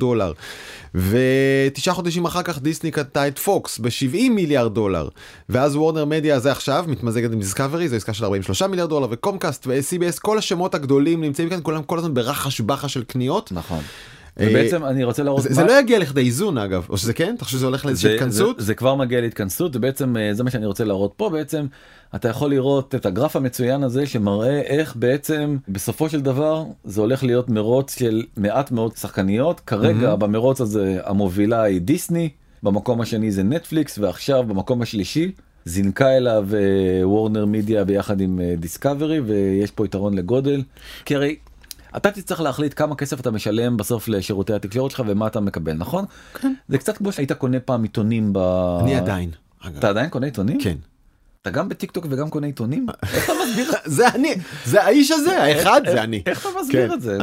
ותשעה חודשים אחר כך דיסני קנתה את פוקס ב$70 מיליארד. ואז וורנר מדיה הזה עכשיו מתמזגת עם דיסקאברי, זו עסקה של $43 מיליארד, וקומקאסט ו-CBS, כל השמות הגדולים נמצאים כאן כולם כל הזמן ברחש בחש של קניות. נכון. ובעצם אני רוצה להראות זה לא יגיע לכדי איזון אגב, או שזה כן? אתה חושב שזה הולך לאיזושהי התכנסות? זה כבר מגיע להתכנסות, ובעצם זה מה שאני רוצה להראות פה. בעצם אתה יכול לראות את הגרף המצוין הזה שמראה איך בעצם בסופו של דבר זה הולך להיות מרוץ של מעט מאוד שחקניות. כרגע במרוץ הזה המובילה היא דיסני, במקום השני זה נטפליקס, ועכשיו במקום השלישי זינקה אליו וורנר מידיה ביחד עם דיסקאברי, ויש פה יתרון לגודל. כי הרי אתה תצטרך להחליט כמה כסף אתה משלם בסוף לשירותי התקשורת שלך ומה אתה מקבל, נכון? כן. זה קצת כמו שהיית קונה פעם עיתונים אני עדיין. אתה עדיין קונה עיתונים? כן. אתה גם בטיקטוק וגם קונה עיתונים? איך אתה מסביר? זה אני, זה האיש הזה, האחד זה אני. איך אתה מסביר את זה?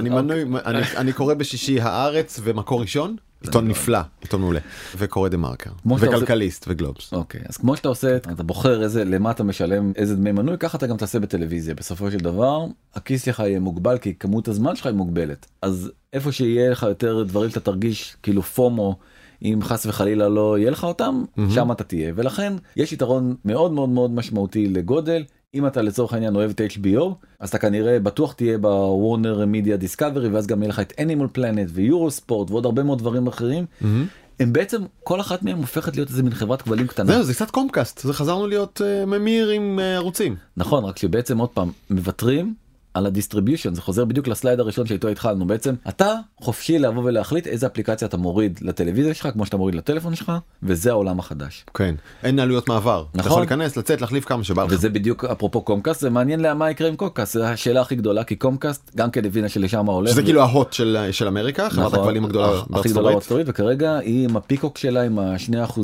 אני קורא בשישי הארץ ומקור ראשון, עיתון נפלא, עיתון מעולה, וקורא דה מרקר, וכלכליסט וגלובס. אוקיי, אז כמו שאתה עושה, אתה בוחר למה אתה משלם, איזה דמי מנוי, ככה אתה גם תעשה בטלוויזיה. בסופו של דבר, הכיס שלך יהיה מוגבל, כי כמות הזמן שלך היא מוגבלת. אז איפה שיהיה לך יותר דברים שאתה תרגיש כאילו פומו, אם חס וחלילה לא יהיה לך אותם, שם אתה תהיה. ולכן יש יתרון מאוד מאוד מאוד משמעותי לגודל. אם אתה לצורך העניין אוהב את HBO, אז אתה כנראה בטוח תהיה בוורנר מידיה דיסקאברי, ואז גם יהיה לך את אנימל פלנט ויורוספורט ועוד הרבה מאוד דברים אחרים. הם בעצם, כל אחת מהם הופכת להיות איזה מין חברת כבלים קטנה. זה קצת קומקאסט, זה חזרנו להיות ממיר עם ערוצים. נכון, רק שבעצם עוד פעם מוותרים על הדיסטריביושן, זה חוזר בדיוק לסלייד הראשון שאיתו התחלנו. בעצם אתה חופשי לבוא ולהחליט איזה אפליקציה אתה מוריד לטלוויזיה שלך, כמו שאתה מוריד לטלפון שלך, וזה העולם החדש. כן, אין עלויות מעבר. נכון. אתה יכול להיכנס, לצאת, להחליף כמה שבא לך. וזה בדיוק אפרופו קומקאסט, זה מעניין מה יקרה עם קומקאסט, זה השאלה הכי גדולה, כי קומקאסט גם כן הבינה שלשם הולך. שזה כאילו ההוט של אמריקה, חברת הכבלים הגדולה בארצות הברית, וכרגע היא עם הפיקוק שלה עם ה2%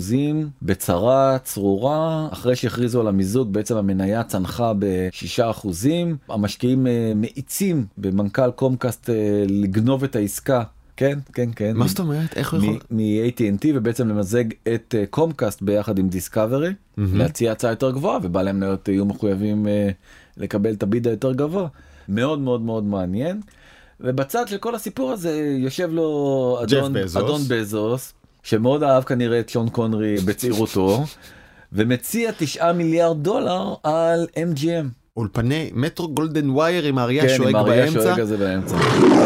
בצרה צרורה, אחרי שהכריזו על המיזוג, בעצם המניה צנחה ב6%. המשקיעים מאיצים במנכ"ל קומקאסט לגנוב את העסקה. כן, כן, כן. מה זאת אומרת? איך הוא יכול? מ-AT&T, ובעצם למזג את קומקאסט ביחד עם דיסקאברי, להציע הצעה יותר גבוהה, ובעלי המניות יהיו מחויבים לקבל את הביד היותר גבוה. מאוד מאוד מאוד מעניין. ובצד של כל הסיפור הזה יושב לו אדון בזוס, שמאוד אהב כנראה את שון קונרי בצעירותו, ומציע $9 מיליארד על MGM. אולפני מטרו גולדן ווייר עם האריה שואג באמצע. כן, עם האריה שואג הזה באמצע.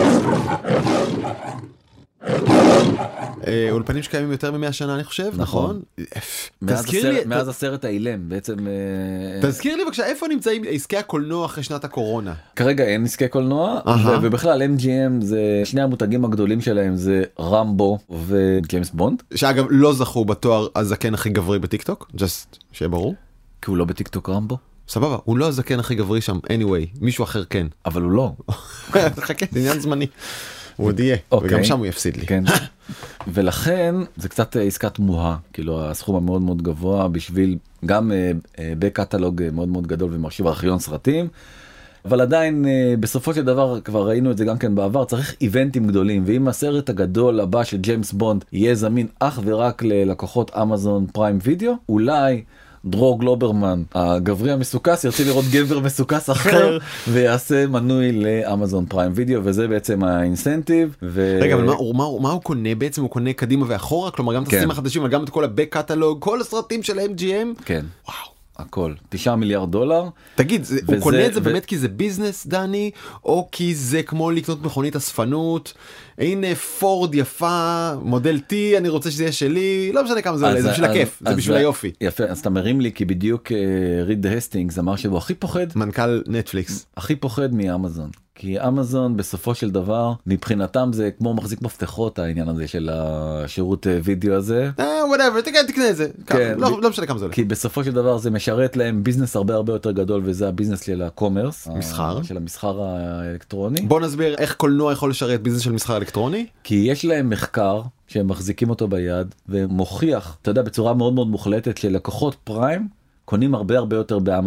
אולפנים שקיימים יותר מ100 שנה אני חושב, נכון? מאז הסרט האילם בעצם. תזכיר לי בבקשה, איפה נמצאים עסקי הקולנוע אחרי שנת הקורונה? כרגע אין עסקי קולנוע, ובכלל MGM זה שני המותגים הגדולים שלהם, זה רמבו וג'יימס בונד. שאגב לא זכו בתואר הזקן הכי גברי בטיקטוק, just שיהיה ברור. כי הוא לא בטיקטוק רמבו. סבבה, הוא לא הזקן הכי גברי שם, anyway, מישהו אחר כן. אבל הוא לא. חכה, זה עניין זמני. הוא עוד יהיה, וגם שם הוא יפסיד לי. כן. ולכן זה קצת עסקת תמוהה, כאילו הסכום המאוד מאוד גבוה בשביל גם בקטלוג מאוד מאוד גדול ומרשיב ארכיון סרטים, אבל עדיין בסופו של דבר כבר ראינו את זה גם כן בעבר, צריך איבנטים גדולים, ואם הסרט הגדול הבא של ג'יימס בונד יהיה זמין אך ורק ללקוחות אמזון פריים וידאו, אולי דרור גלוברמן, הגברי המסוכס, ירצה לראות גבר מסוכס אחר, ויעשה מנוי לאמזון פריים וידאו, וזה בעצם האינסנטיב. רגע, אבל מה הוא קונה? בעצם הוא קונה קדימה ואחורה? כלומר, גם את הסרטים החדשים, אבל גם את כל הבק קטלוג, כל הסרטים של MGM? כן. וואו. הכל, $9 מיליארד. תגיד, הוא קונה את זה באמת כי זה ביזנס, דני, או כי זה כמו לקנות מכונית אספנות? הנה פורד יפה, מודל T, אני רוצה שזה יהיה שלי, לא משנה כמה זה עולה, זה בשביל הכיף, זה בשביל היופי. יפה, אז אתה מרים לי, כי בדיוק ריד הסטינגס אמר שהוא הכי פוחד, מנכ"ל נטפליקס, הכי פוחד מאמזון. כי אמזון בסופו של דבר מבחינתם זה כמו מחזיק מפתחות העניין הזה של השירות וידאו הזה. whatever, תקנה את זה. לא משנה כמה זה עולה. כי בסופו של דבר זה משרת להם ביזנס הרבה הרבה יותר גדול, וזה הביזנס של הקומרס. מסחר. של המסחר האלקטרוני. בוא נסביר איך קולנוע יכול לשרת ביזנס של מסחר אלקטרוני. כי יש להם מחקר שהם מחזיקים אותו ביד ומוכיח, אתה יודע, בצורה מאוד מאוד מוחלטת שלקוחות פריים קונים הרבה הרבה יותר באמזון.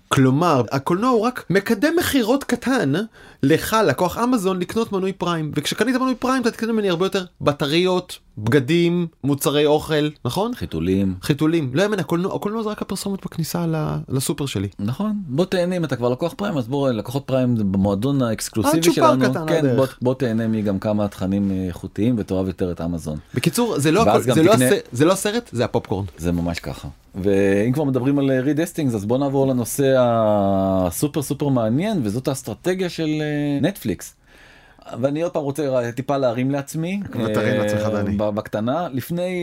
כלומר, הקולנוע הוא רק מקדם מחירות קטן לך, לקוח אמזון, לקנות מנוי פריים. וכשקנית מנוי פריים, אתה תקנה ממני הרבה יותר בטריות, בגדים, מוצרי אוכל, נכון? חיתולים. לא יאמן, הקולנוע זה רק הפרסומת בכניסה לסופר שלי. נכון. בוא תהנה, אם אתה כבר לקוח פריים, אז בוא, לקוחות פריים במועדון האקסקלוסיבי שלנו. כן, בוא תהנה מגם כמה תכנים איכותיים ותאהב יותר את אמזון. בקיצור, זה לא הסרט, זה הפופקורן. זה ממש ככה. ואם כבר מדברים על ריד הסטינגס, אז בוא נעבור לנושא הסופר סופר מעניין, וזאת האסטרטגיה של נטפליקס. ואני עוד פעם רוצה טיפה להרים לעצמי, ותרים לעצמך דני. בקטנה, לפני...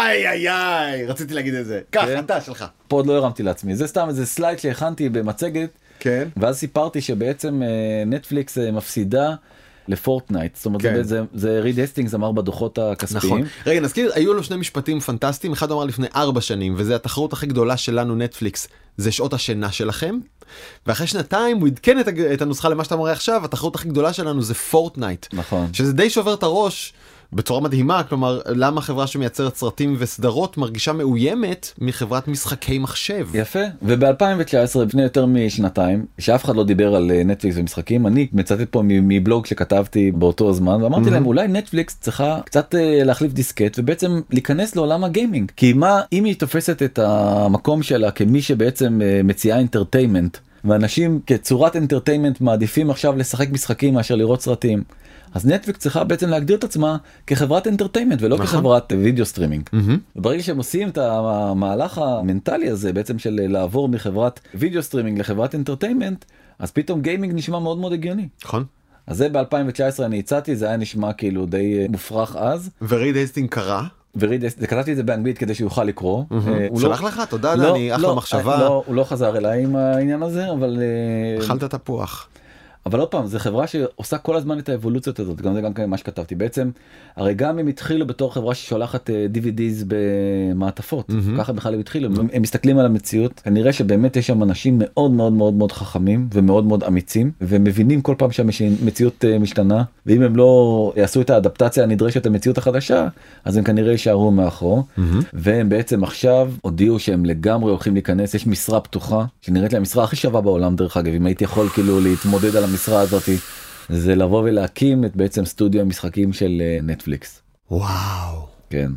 איי, רציתי להגיד את זה. כך, אתה שלך. פה עוד לא הרמתי לעצמי. זה סתם איזה סלייד שהכנתי במצגת, כן. ואז סיפרתי שבעצם נטפליקס מפסידה לפורטנייט, זאת אומרת זה ריד הסטינגס אמר בדוחות הכספיים. נכון. רגע נזכיר, היו לו שני משפטים פנטסטיים, אחד אמר לפני 4 שנים, וזה התחרות הכי גדולה שלנו נטפליקס, זה שעות השינה שלכם, ואחרי 2 הוא עדכן את הנוסחה למה שאתה מראה עכשיו, התחרות הכי גדולה שלנו זה פורטנייט. נכון. שזה די שובר את הראש, בצורה מדהימה, כלומר, למה חברה שמייצרת סרטים וסדרות מרגישה מאוימת מחברת משחקי מחשב? יפה, וב-2019, לפני יותר משנתיים, שאף אחד לא דיבר על נטפליקס ומשחקים, אני מצטט פה מבלוג שכתבתי באותו הזמן, ואמרתי להם, אולי נטפליקס צריכה קצת להחליף דיסקט, ובעצם להיכנס לעולם הגיימינג. כי מה, אם היא תופסת את המקום שלה כמי שבעצם מציעה אינטרטיימנט, ואנשים כצורת אינטרטיימנט מעדיפים עכשיו לשחק משחקים מאשר לראות סרטים, אז נטפליקס צריכה בעצם להגדיר את עצמה כחברת אינטרטיימנט ולא כחברת וידאו סטרימינג. וברגע שהם עושים את המהלך המנטלי הזה בעצם של לעבור מחברת וידאו סטרימינג לחברת אינטרטיימנט, אז פתאום גיימינג נשמע מאוד מאוד הגיוני. נכון. אז זה ב-2019 אני הצעתי, זה היה נשמע כאילו די מופרך אז. וריד הסטינג קרא? כתבתי את זה באנגלית כדי שהוא יוכל לקרוא. שלח לך? תודה דני, אחלה מחשבה. הוא לא חזר אליי עם העניין הזה, אבל... אכלת תפוח. אבל עוד פעם, זו חברה שעושה כל הזמן את האבולוציות הזאת, גם זה גם מה שכתבתי. בעצם, הרי גם הם התחילו בתור חברה ששולחת DVDs במעטפות, ככה בכלל הם התחילו, הם מסתכלים על המציאות, כנראה שבאמת יש שם אנשים מאוד מאוד מאוד מאוד חכמים, ומאוד מאוד אמיצים, ומבינים כל פעם שהמציאות משתנה, ואם הם לא יעשו את האדפטציה הנדרשת למציאות החדשה, אז הם כנראה יישארו מאחור, והם בעצם עכשיו הודיעו שהם לגמרי הולכים להיכנס, יש משרה פתוחה, שנראית לה המשרה הכי שווה בעולם דרך אגב, אם הייתי יכול כאילו להתמודד על המשרה הזאת, זה לבוא ולהקים את בעצם סטודיו המשחקים של נטפליקס. וואו. כן.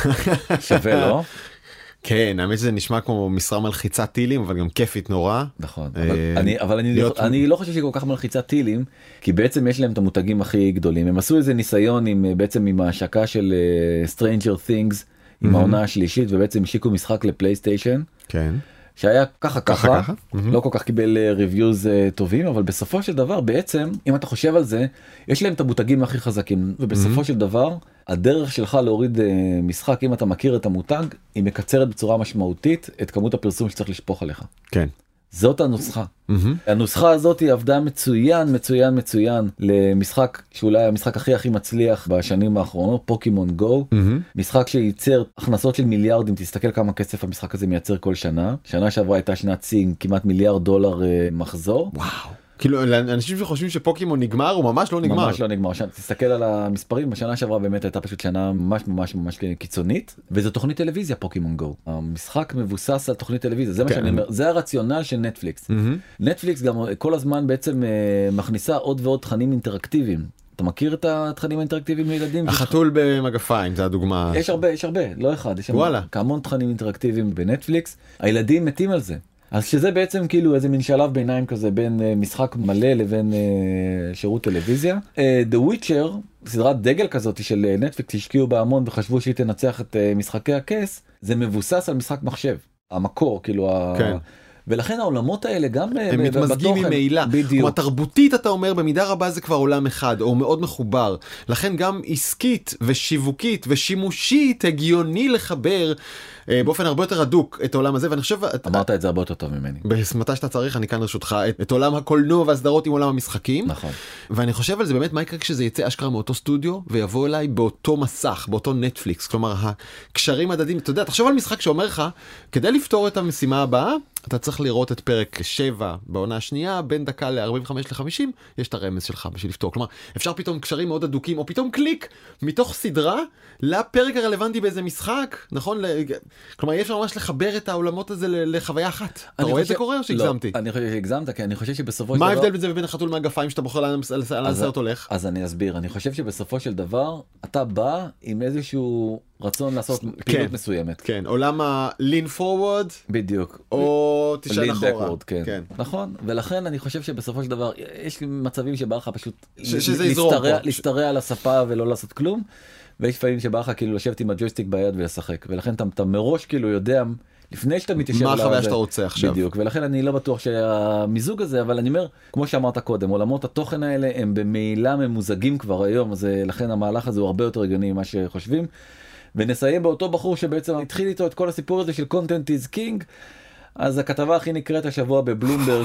שווה לא? כן, האמת שזה נשמע כמו משרה מלחיצת טילים, אבל גם כיפית נורא. נכון, אבל אני לא חושב שהיא כל כך מלחיצת טילים, כי בעצם יש להם את המותגים הכי גדולים. הם עשו איזה ניסיון בעצם עם ההשקה של Stranger Things, עם העונה השלישית, ובעצם השיקו משחק לפלייסטיישן. כן. שהיה ככה, לא כל כך קיבל ריוויוז טובים, אבל בסופו של דבר בעצם, אם אתה חושב על זה, יש להם את המותגים הכי חזקים, ובסופו של דבר, הדרך שלך להוריד משחק, אם אתה מכיר את המותג, היא מקצרת בצורה משמעותית את כמות הפרסום שצריך לשפוך עליך. כן. זאת הנוסחה. הנוסחה הזאת היא עבדה מצוין למשחק שאולי המשחק הכי מצליח בשנים האחרונות, פוקימון גו, משחק שייצר הכנסות של מיליארדים, תסתכל כמה כסף המשחק הזה מייצר כל שנה. שנה שעברה הייתה שנת שיא, כמעט $1 מיליארד מחזור. וואו. כאילו, אנשים שחושבים שפוקימון נגמר, הוא ממש לא נגמר. ממש לא נגמר. תסתכל על המספרים, בשנה שעברה באמת הייתה פשוט שנה ממש קיצונית, וזו תוכנית טלוויזיה, פוקימון גו. המשחק מבוסס על תוכנית טלוויזיה, זה מה שאני אומר, זה הרציונל של נטפליקס. נטפליקס גם כל הזמן בעצם מכניסה עוד ועוד תכנים אינטראקטיביים. אתה מכיר את התכנים האינטראקטיביים לילדים? החתול במגפיים, זה הדוגמה. יש הרבה, לא אחד. יש המון תכנים אינטראקטיביים בנטפליקס. הילדים מתים על זה. אז שזה בעצם כאילו איזה מין שלב ביניים כזה בין משחק מלא לבין שירות טלוויזיה. The Witcher, סדרת דגל כזאת של נטפליקס, השקיעו בהמון וחשבו שהיא תנצח את משחקי הכס, זה מבוסס על משחק מחשב. המקור, כאילו כן. ולכן העולמות האלה גם הם מתמזגים ממעילה. כלומר, תרבותית אתה אומר, במידה רבה זה כבר עולם אחד, או מאוד מחובר. לכן גם עסקית ושיווקית ושימושית הגיוני לחבר באופן הרבה יותר הדוק את העולם הזה, ואני חושב... אמרת את זה הרבה יותר טוב ממני. מתי שאתה צריך, אני כאן לרשותך, את עולם הקולנוע והסדרות עם עולם המשחקים. נכון. ואני חושב על זה באמת, מה יקרה כשזה יצא אשכרה מאותו סטודיו, ויבוא אליי באותו מסך, באותו נטפליקס, כלומר, הקשרים הדדים, אתה יודע, תחשוב על משחק שאומר לך, כדי לפתור את המשימה הבאה, אתה צריך לראות את פרק 7 בעונה השנייה, בין דקה ל-45 ל-50, יש את הרמז שלך בשביל לפתור. כלומר, אפשר פתאום קשרים מאוד אדוקים, או פתאום קליק מתוך סדרה לפרק הרלוונטי באיזה משחק, נכון? כלומר, יש ממש לחבר את העולמות הזה לחוויה אחת. אתה רואה את זה קורה או שהגזמתי? לא, אני חושב שהגזמת, כי אני חושב שבסופו של מה דבר... ההבדל בזה בין החתול מהגפיים שאתה בוחר לאן הסרט הולך? אז אני אסביר, אני חושב שבסופו של דבר, אתה בא עם איזשהו רצון לעשות פעילות מסוימת. כן, עולם ה-lean forward. בדיוק. או תשען אחורה. כן. נכון, ולכן אני חושב שבסופו של דבר, יש מצבים שבא לך פשוט להסתרע על הספה ולא לעשות כלום, ויש פעמים שבא לך כאילו לשבת עם הג'ויסטיק ביד ולשחק, ולכן אתה מראש כאילו יודע, לפני שאתה מתיישב... מה החוויה שאתה רוצה עכשיו. בדיוק, ולכן אני לא בטוח שהמיזוג הזה, אבל אני אומר, כמו שאמרת קודם, עולמות התוכן האלה הם במעילה ממוזגים כבר היום, אז לכן המהלך הזה הוא הרבה יותר הגיוני ממה שחושבים, ונסיים באותו בחור שבעצם התחיל איתו את כל הסיפור הזה של content is king, אז הכתבה הכי נקראת השבוע בבלומברג.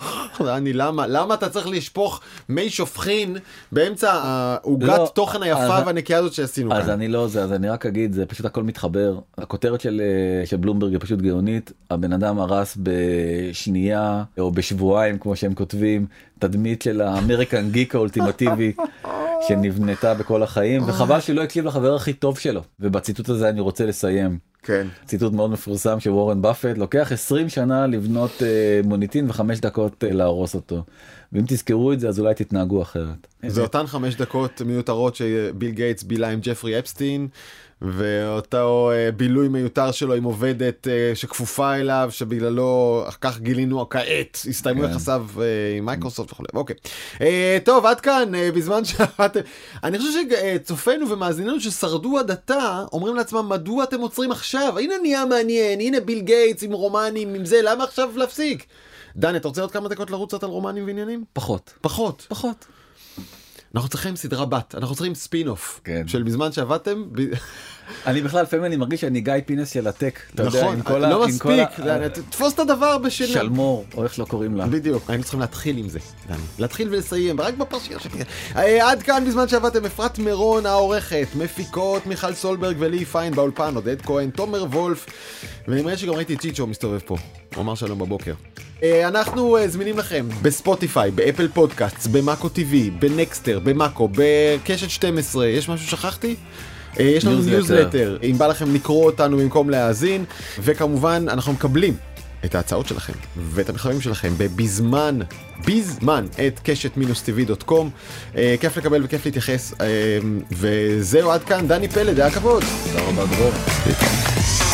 למה אתה צריך לשפוך מי שופכין באמצע העוגת תוכן היפה והנקייה הזאת שעשינו כאן? אז אני לא זה, אז אני רק אגיד, זה פשוט הכל מתחבר. הכותרת של בלומברג היא פשוט גאונית. הבן אדם הרס בשנייה או בשבועיים, כמו שהם כותבים, תדמית של האמריקן גיק האולטימטיבי שנבנתה בכל החיים, וחבל שלא הקשיב לחבר הכי טוב שלו. ובציטוט הזה אני רוצה לסיים. כן. ציטוט מאוד מפורסם של וורן באפט, לוקח 20 שנה לבנות מוניטין ו5 דקות להרוס אותו. ואם תזכרו את זה, אז אולי תתנהגו אחרת. זה אותן 5 דקות מיותרות שביל גייטס בילה עם ג'פרי אפסטין, ואותו בילוי מיותר שלו עם עובדת שכפופה אליו, שבגללו, כך גילינו כעת, הסתיימו יחסיו עם מייקרוסופט וכו'. אוקיי. טוב, עד כאן, בזמן שאתם... אני חושב שצופינו ומאזיננו ששרדו עד עתה, אומרים לעצמם, מדוע אתם עוצרים עכשיו? הנה נהיה מעניין, הנה ביל גייטס עם רומנים, עם זה, למה עכשיו להפסיק? דני, אתה רוצה עוד כמה דקות לרוץ קצת על רומנים ועניינים? פחות. אנחנו צריכים סדרה בת, אנחנו צריכים ספין-אוף, כן. של בזמן שעבדתם. אני בכלל לפעמים אני מרגיש שאני גיא פינס של הטק. נכון, לא מספיק, תפוס את הדבר בשנה. שלמור, או איך שלא קוראים לה. בדיוק, היינו צריכים להתחיל עם זה, דני. להתחיל ולסיים, רק בפרשייה שתהיה. עד כאן בזמן שעבדתם, אפרת מירון העורכת, מפיקות מיכל סולברג ולי פיין באולפן, עודד כהן, תומר וולף, ונראה שגם ראיתי את צ'יצ'ו מסתובב פה, הוא אמר שלום בבוקר. אנחנו זמינים לכם בספוטיפיי, באפל פודקאסט, במאקו טיווי, בנקסטר, במאקו, בקשת 12, יש משהו שכחתי? יש לנו ניוזלטר, אם בא לכם לקרוא אותנו במקום להאזין, וכמובן אנחנו מקבלים את ההצעות שלכם ואת המחברים שלכם בזמן את קשת-tv.com. כיף לקבל וכיף להתייחס, וזהו עד כאן. דני פלד, היה כבוד. תודה רבה דרור.